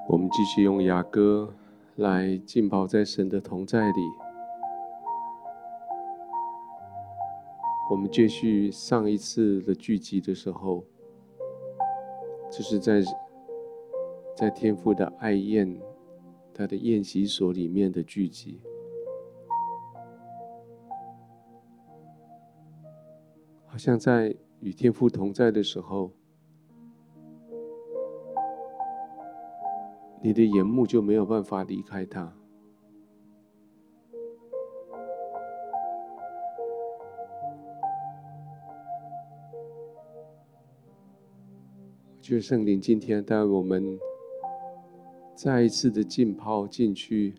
我们继续用雅歌来浸泡在神的同在里。我们继续上一次的聚集的时候，就是在天父的爱宴，他的宴席所里面的聚集。好像在与天父同在的时候，你的眼目就没有办法离开他。就是圣灵今天带我们再一次的浸泡进去，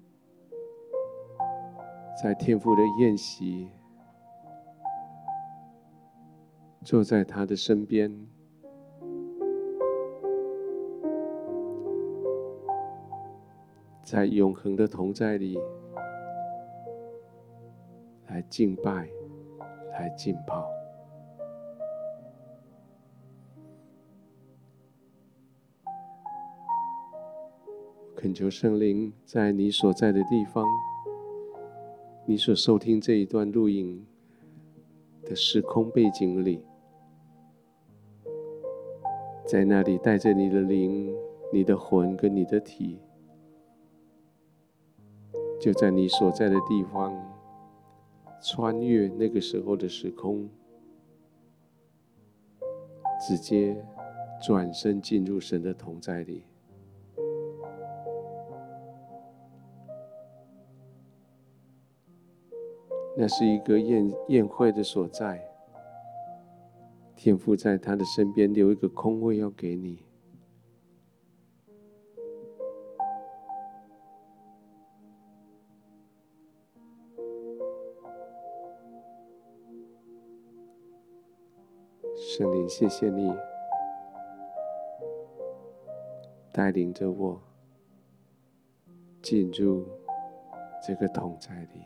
在天父的宴席，坐在他的身边，在永恒的同在里来敬拜，来浸泡。恳求圣灵在你所在的地方，你所收听这一段录影的时空背景里，在那里带着你的灵、你的魂跟你的体，就在你所在的地方穿越那个时候的时空，直接转身进入神的同在里。那是一个宴会的所在，天父在他的身边留一个空位要给你。圣灵，谢谢你带领着我进入这个同在里。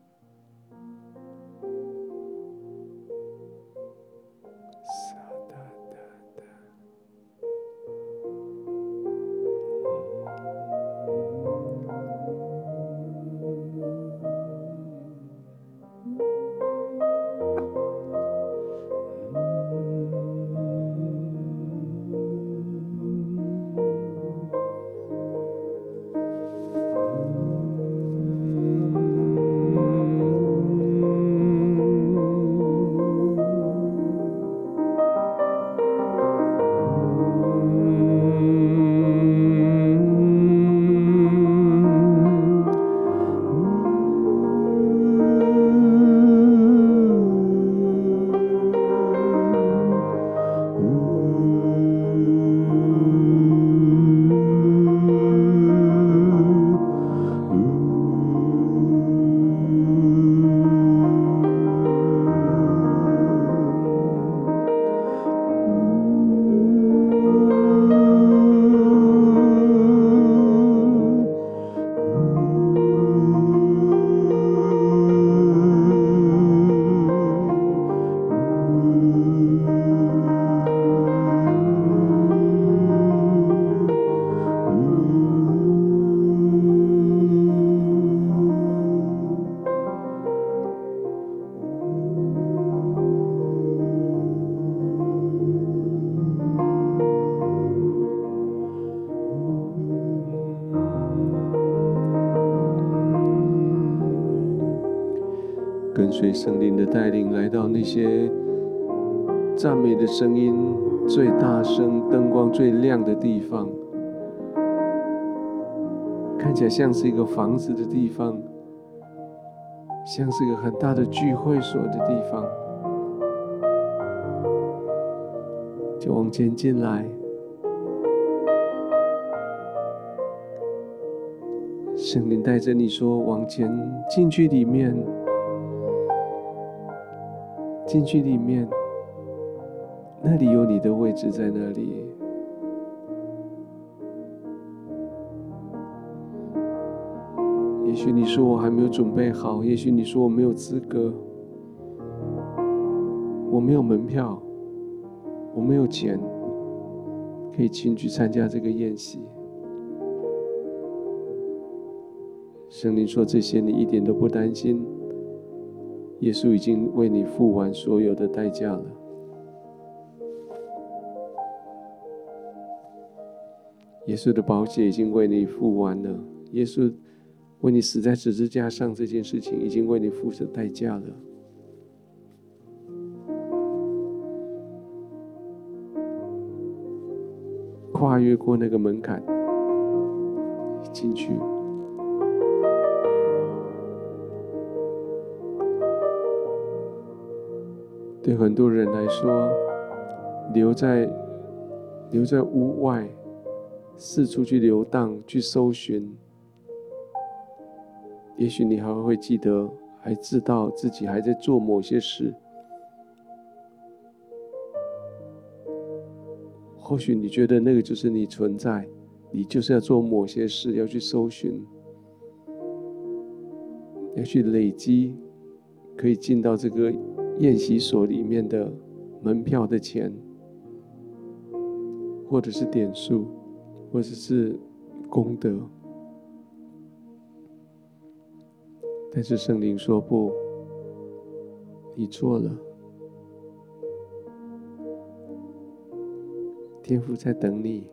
跟随圣灵的带领，来到那些赞美的声音最大声、灯光最亮的地方，看起来像是一个房子的地方，像是一个很大的聚会所的地方，就往前进来。圣灵带着你说，往前进去里面，进去里面，那里有你的位置在那里。也许你说我还没有准备好，也许你说我没有资格，我没有门票，我没有钱可以进去参加这个宴席。 圣灵说这些你一点都不担心，耶稣已经为你付完所有的代价了。耶稣的宝血已经为你付完了，耶稣为你死在十字架上这件事情已经为你付出代价了。跨越过那个门槛，进去。对很多人来说，留在屋外，四处去游荡，去搜寻。也许你还会记得，还知道自己还在做某些事。或许你觉得那个就是你存在，你就是要做某些事，要去搜寻，要去累积可以进到这个宴席所里面的门票的钱，或者是点数，或者是功德。但是圣灵说不，你错了。天父在等你，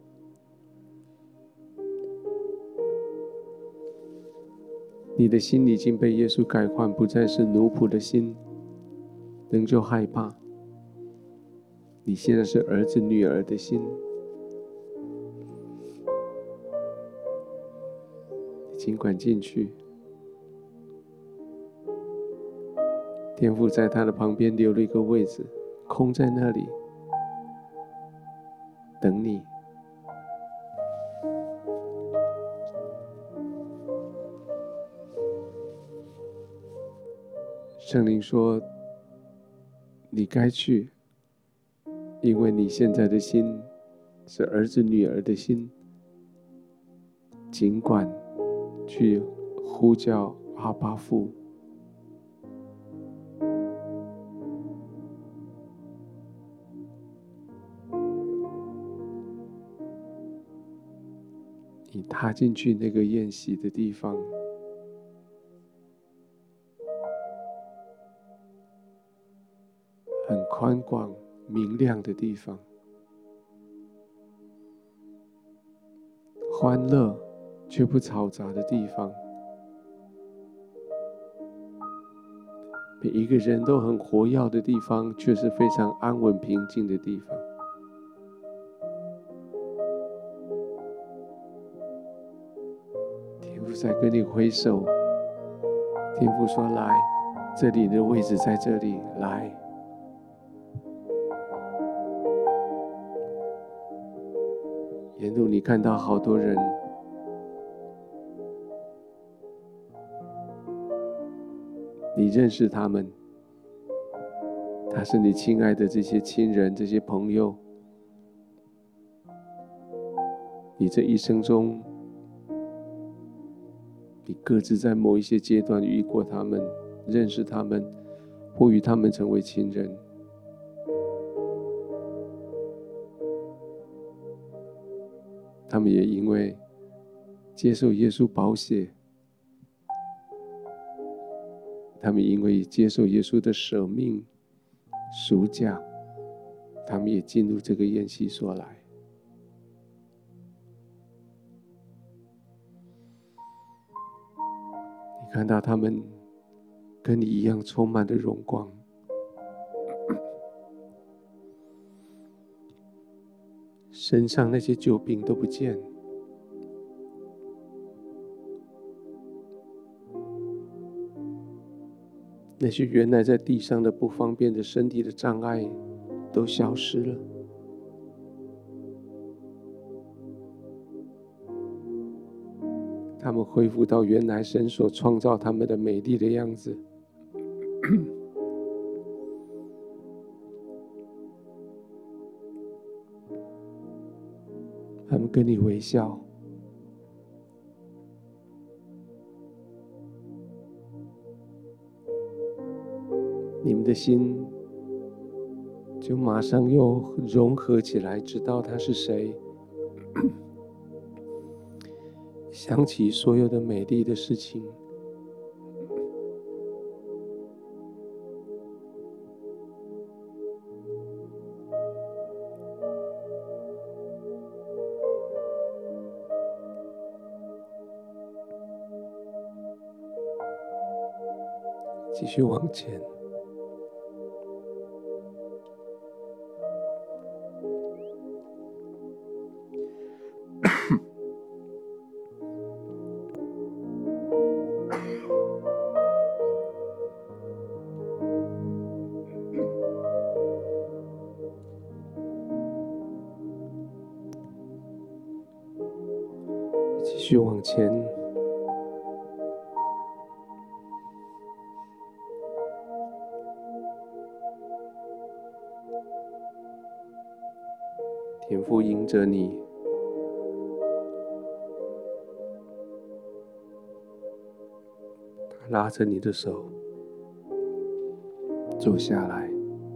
你的心已经被耶稣改换，不再是奴仆的心，仍旧害怕。你现在是儿子女儿的心，你尽管进去。天父在他的旁边留了一个位置，空在那里，等你。圣灵说，你该去，因为你现在的心是儿子女儿的心，尽管去呼叫阿爸父。你踏进去那个宴席的地方，很宽广明亮的地方，欢乐却不嘈杂的地方，每一个人都很活跃的地方，却是非常安稳平静的地方。天父在跟你挥手，天父说：“来，这里的位置在这里，来。”沿路你看到好多人，你认识他们，他是你亲爱的这些亲人、这些朋友。你这一生中，你各自在某一些阶段遇过他们，认识他们，或与他们成为亲人。他们也因为接受耶稣宝血，他们因为接受耶稣的舍命赎价，他们也进入这个宴席所来。你看到他们跟你一样充满了荣光，身上那些旧病都不见，那些原来在地上的不方便的身体的障碍都消失了。他们恢复到原来神所创造他们的美丽的样子。他们跟你微笑，你们的心就马上又融合起来，知道他是谁。 想起所有的美丽的事情，继续往前。继续往前，天父迎着你，他拉着你的手，坐下来。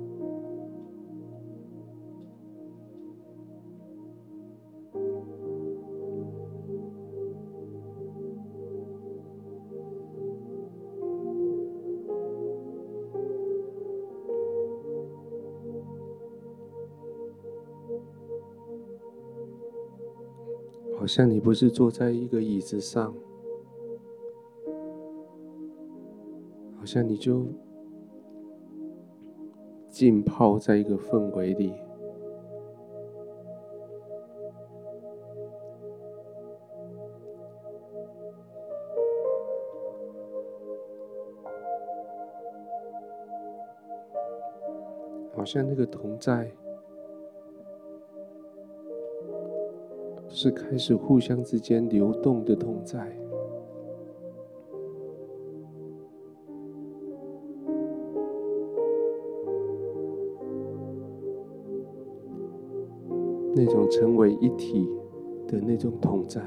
好像你不是坐在一个椅子上，好像你就浸泡在一个氛围里，好像那个同在是开始互相之间流动的同在。那种成为一体的那种同在。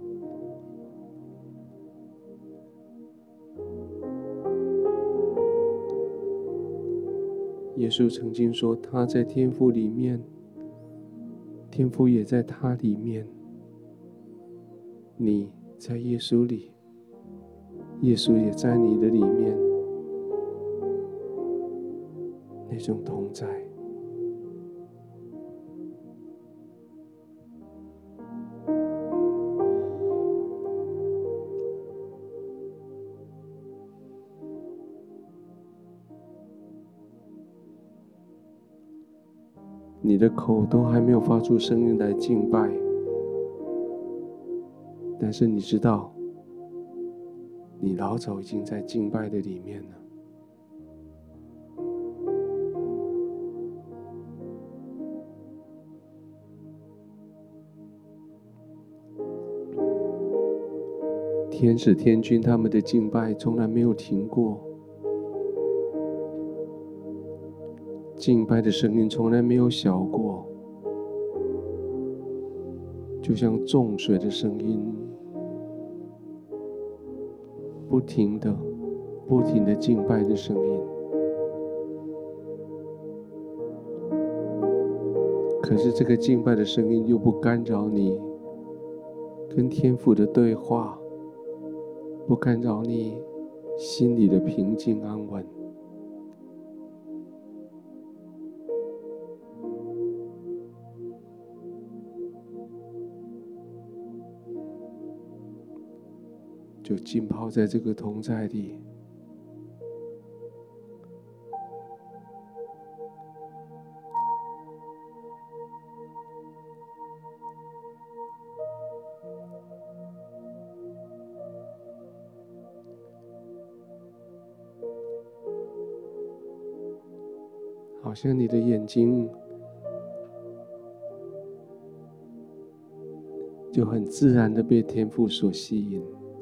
耶稣曾经说，他在天父里面，天父也在他里面，你在耶稣里，耶稣也在你的里面，那种同在。你的口都还没有发出声音来敬拜，但是你知道，你老早已经在敬拜的里面了。天使天君他们的敬拜从来没有停过，敬拜的声音从来没有小过，就像众水的声音，不停的敬拜的声音。可是这个敬拜的声音又不干扰你跟天父的对话，不干扰你心里的平静安稳。就浸泡在这个同在里，好像你的眼睛就很自然的被天父所吸引，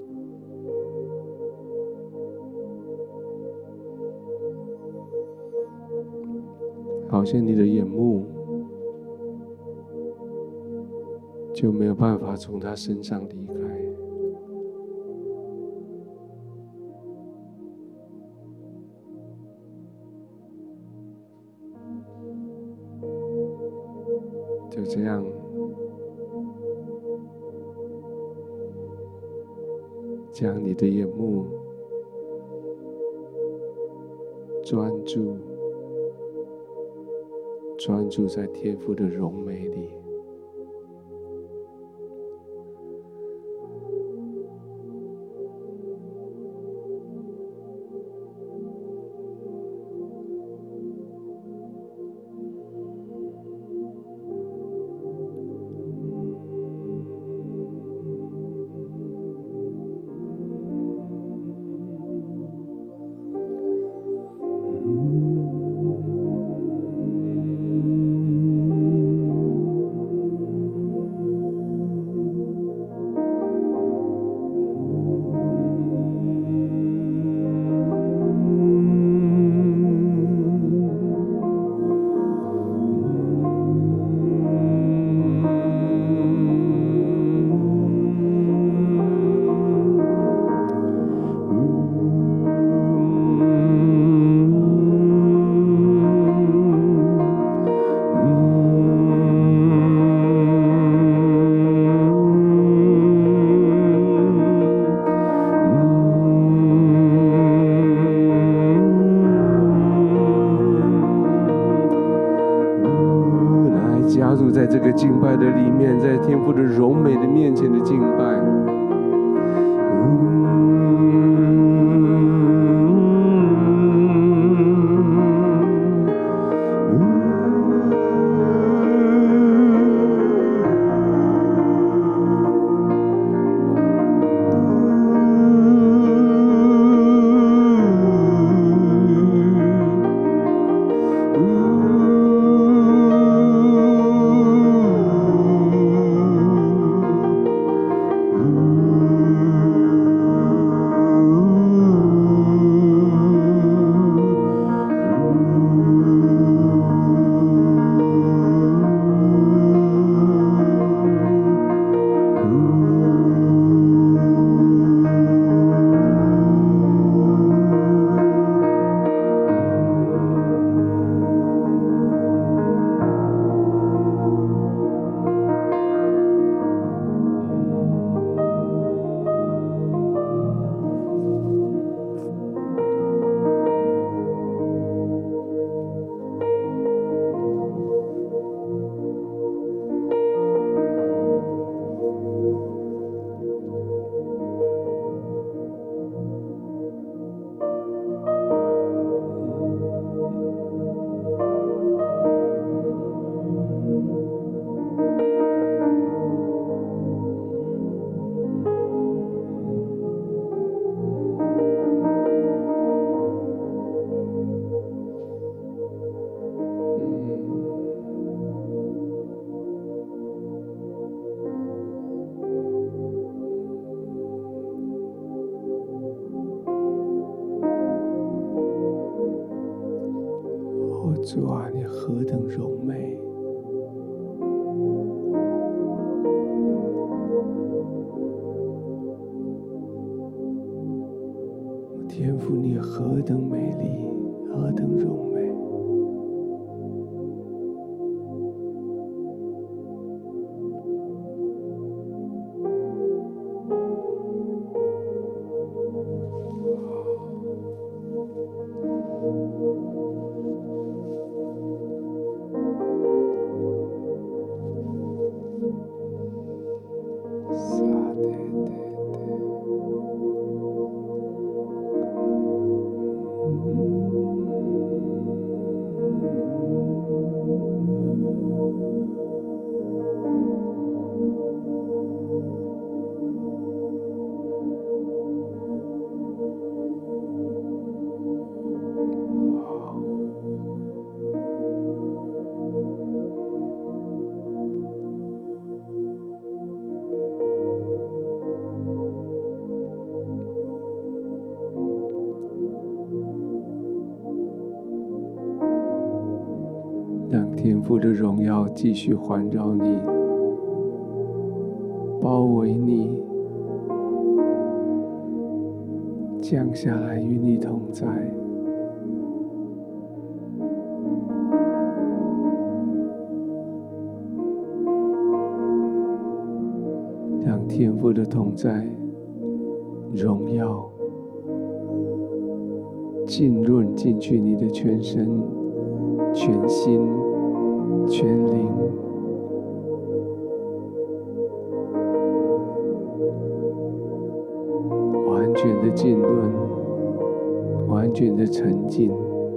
好像你的眼目就没有办法从他身上离开。就这样， 将你的眼目专注在天父的荣美里。加入在这个敬拜的里面，在天父的荣美的面前的敬拜。主啊，你何等荣美！天父，你何等美丽，何等荣美！让天父的荣耀继续环绕你，包围你，降下来与你同在。让天父的同在荣耀浸润进去你的全身、全心、全灵，完全的浸润，完全的沉浸。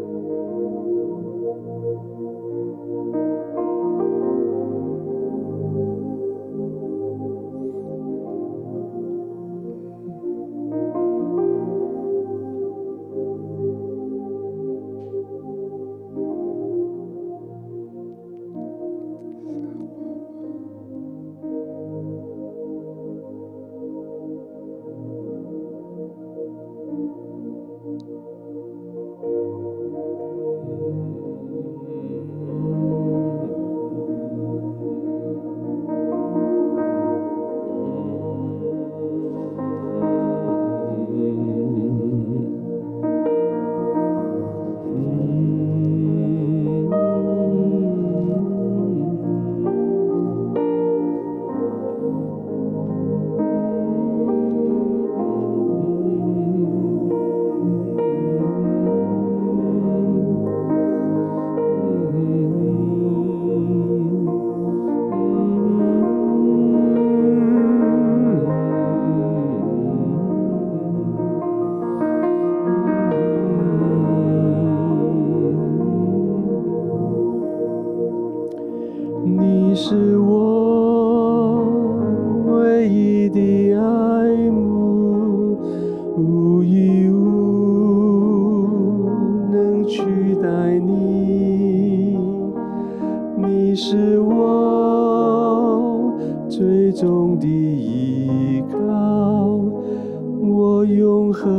你是我唯一的爱慕，无一物能取代你。你是我最终的依靠，我永恒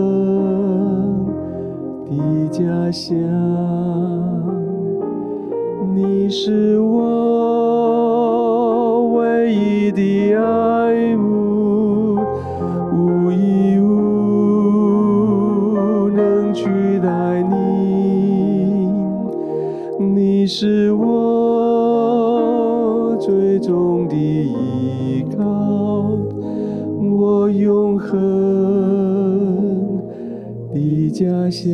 的家乡。你是我唯一的爱慕，无一物能取代你。你是我最终的依靠，我永恒的家乡。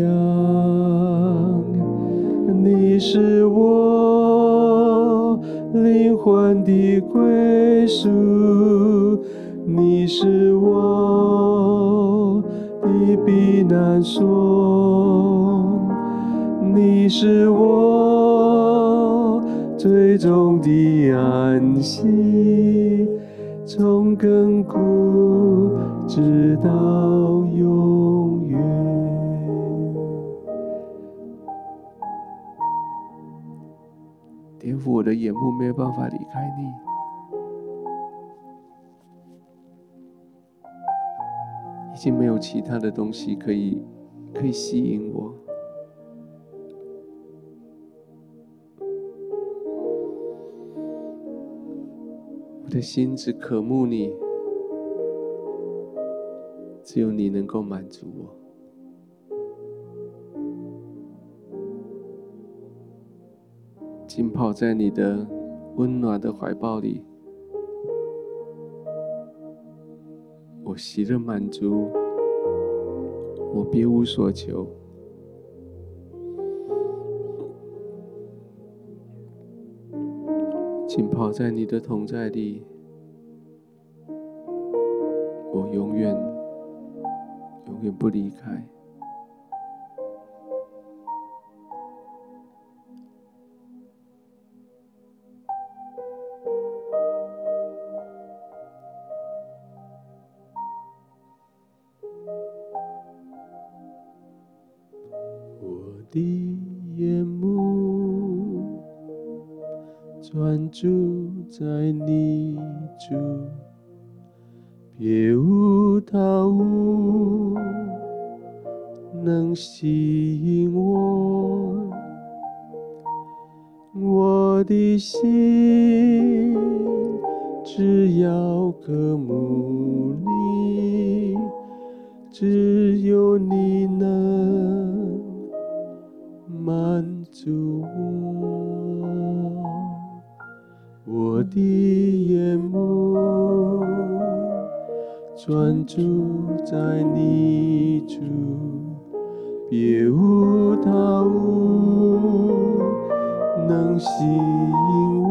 你是我灵魂的归属，你是我的避难所，你是我最终的安息，从亘古直到永远。天父，我的眼目没有办法离开你，已经没有其他的东西可以吸引我。我的心只渴慕你，只有你能够满足我。浸泡在你的温暖的怀抱里，我喜乐满足，我别无所求。浸泡在你的同在里，我永远不离开。我的眼目专注在你主，别无他物能吸引我。我的心只要渴慕你，只有你能满足我。我的眼目专注在你处，别无他物能吸引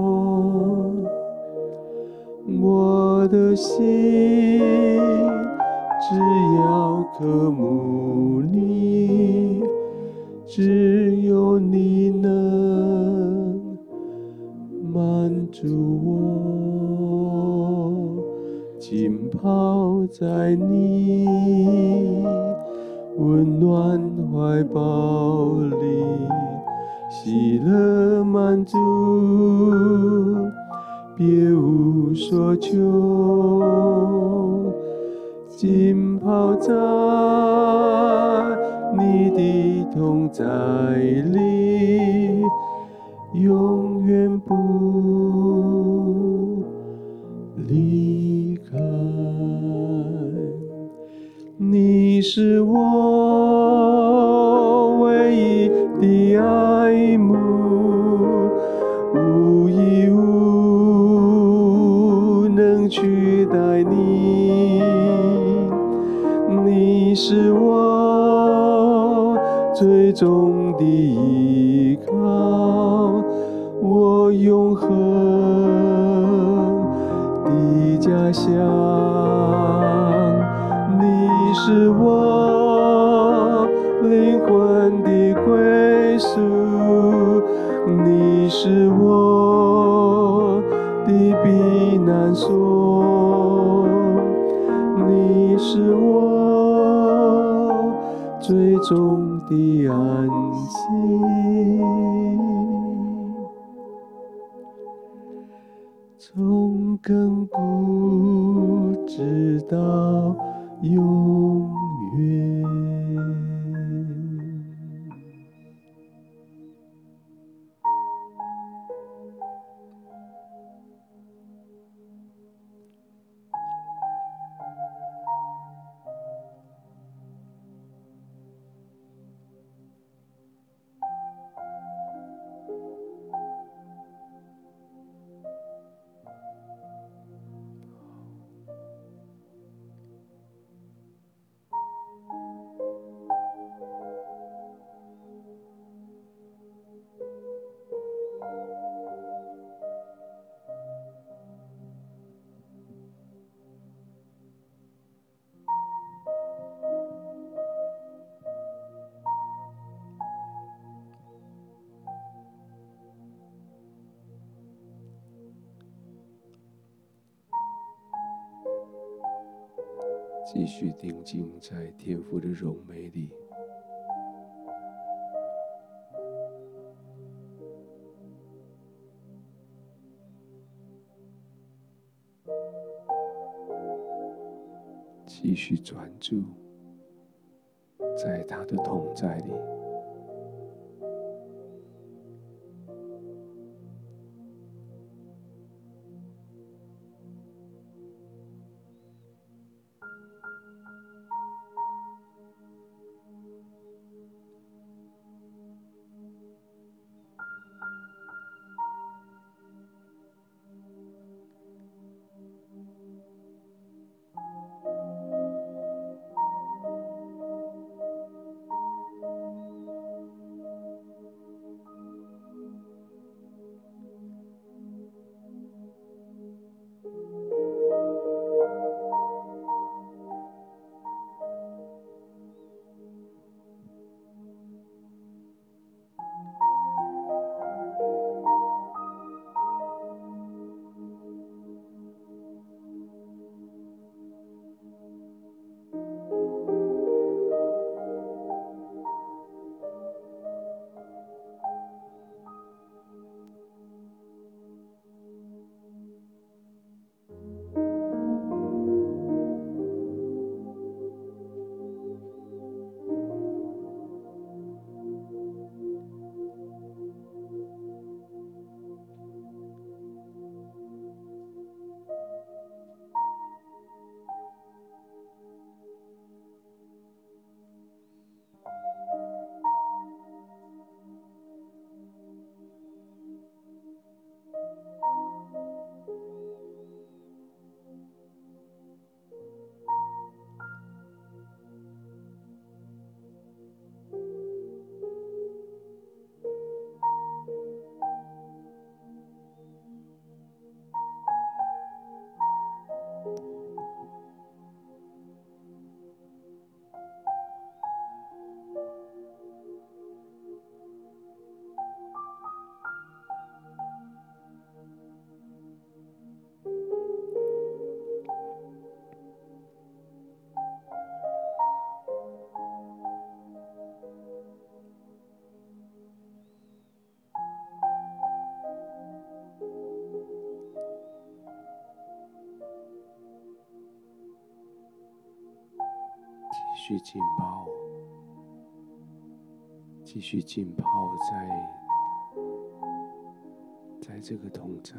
我的心只要渴慕你，只有你能满足我，浸泡在你温暖怀抱里，喜乐满足，别无所求，浸泡在你的同在里，永远不离开。你是我唯一的爱慕，无一物能取代你。你是我最终的依靠，我永恒的家乡。你是我灵魂的归宿，你是我的避难所，你是我最终的安息。从亘古直到永远。继续定睛在天父的荣美里，继续专注在他的同在里。 续浸泡，继续浸泡在这个同在。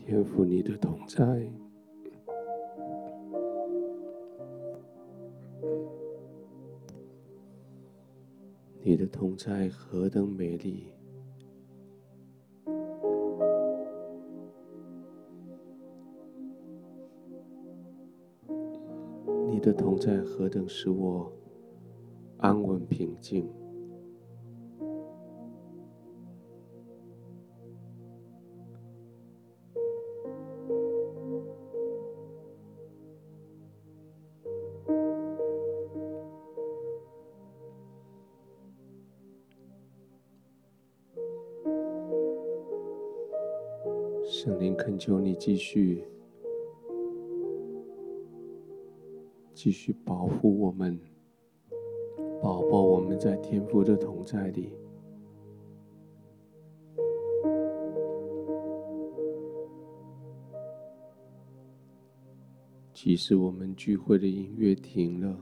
天父，你的同在，你的同在何等美丽！你的同在何等使我安稳平静！圣灵，恳求你继续保护我们，保抱我们在天父的同在里。即使我们聚会的音乐停了，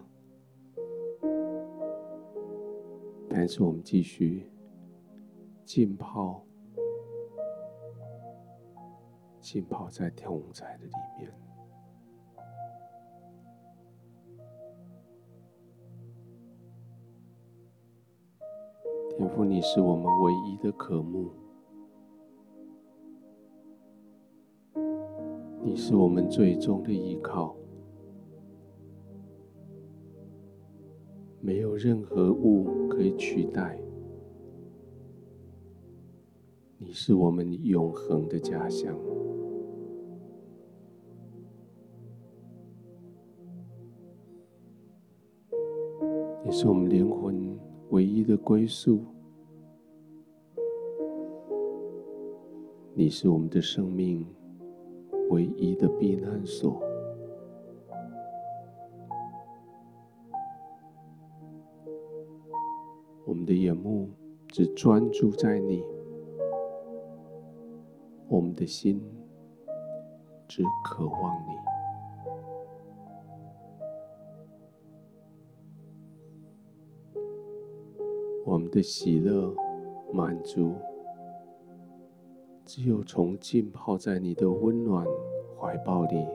但是我们继续浸泡在同在的里面。天父，你是我们唯一的渴慕，你是我们最终的依靠，没有任何物可以取代。你是我们永恒的家乡。你是我们灵魂唯一的归宿，你是我们的生命唯一的避难所。我们的眼目只专注在你，我们的心只渴望你。我们的喜乐、满足，只有从浸泡在你的温暖怀抱里，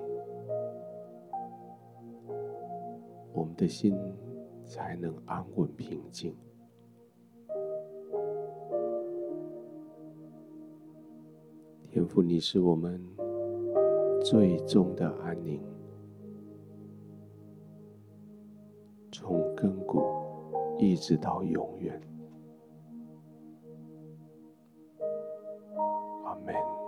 我们的心才能安稳平静。天父，你是我们最终的安宁，从亘古一直到永远。阿们。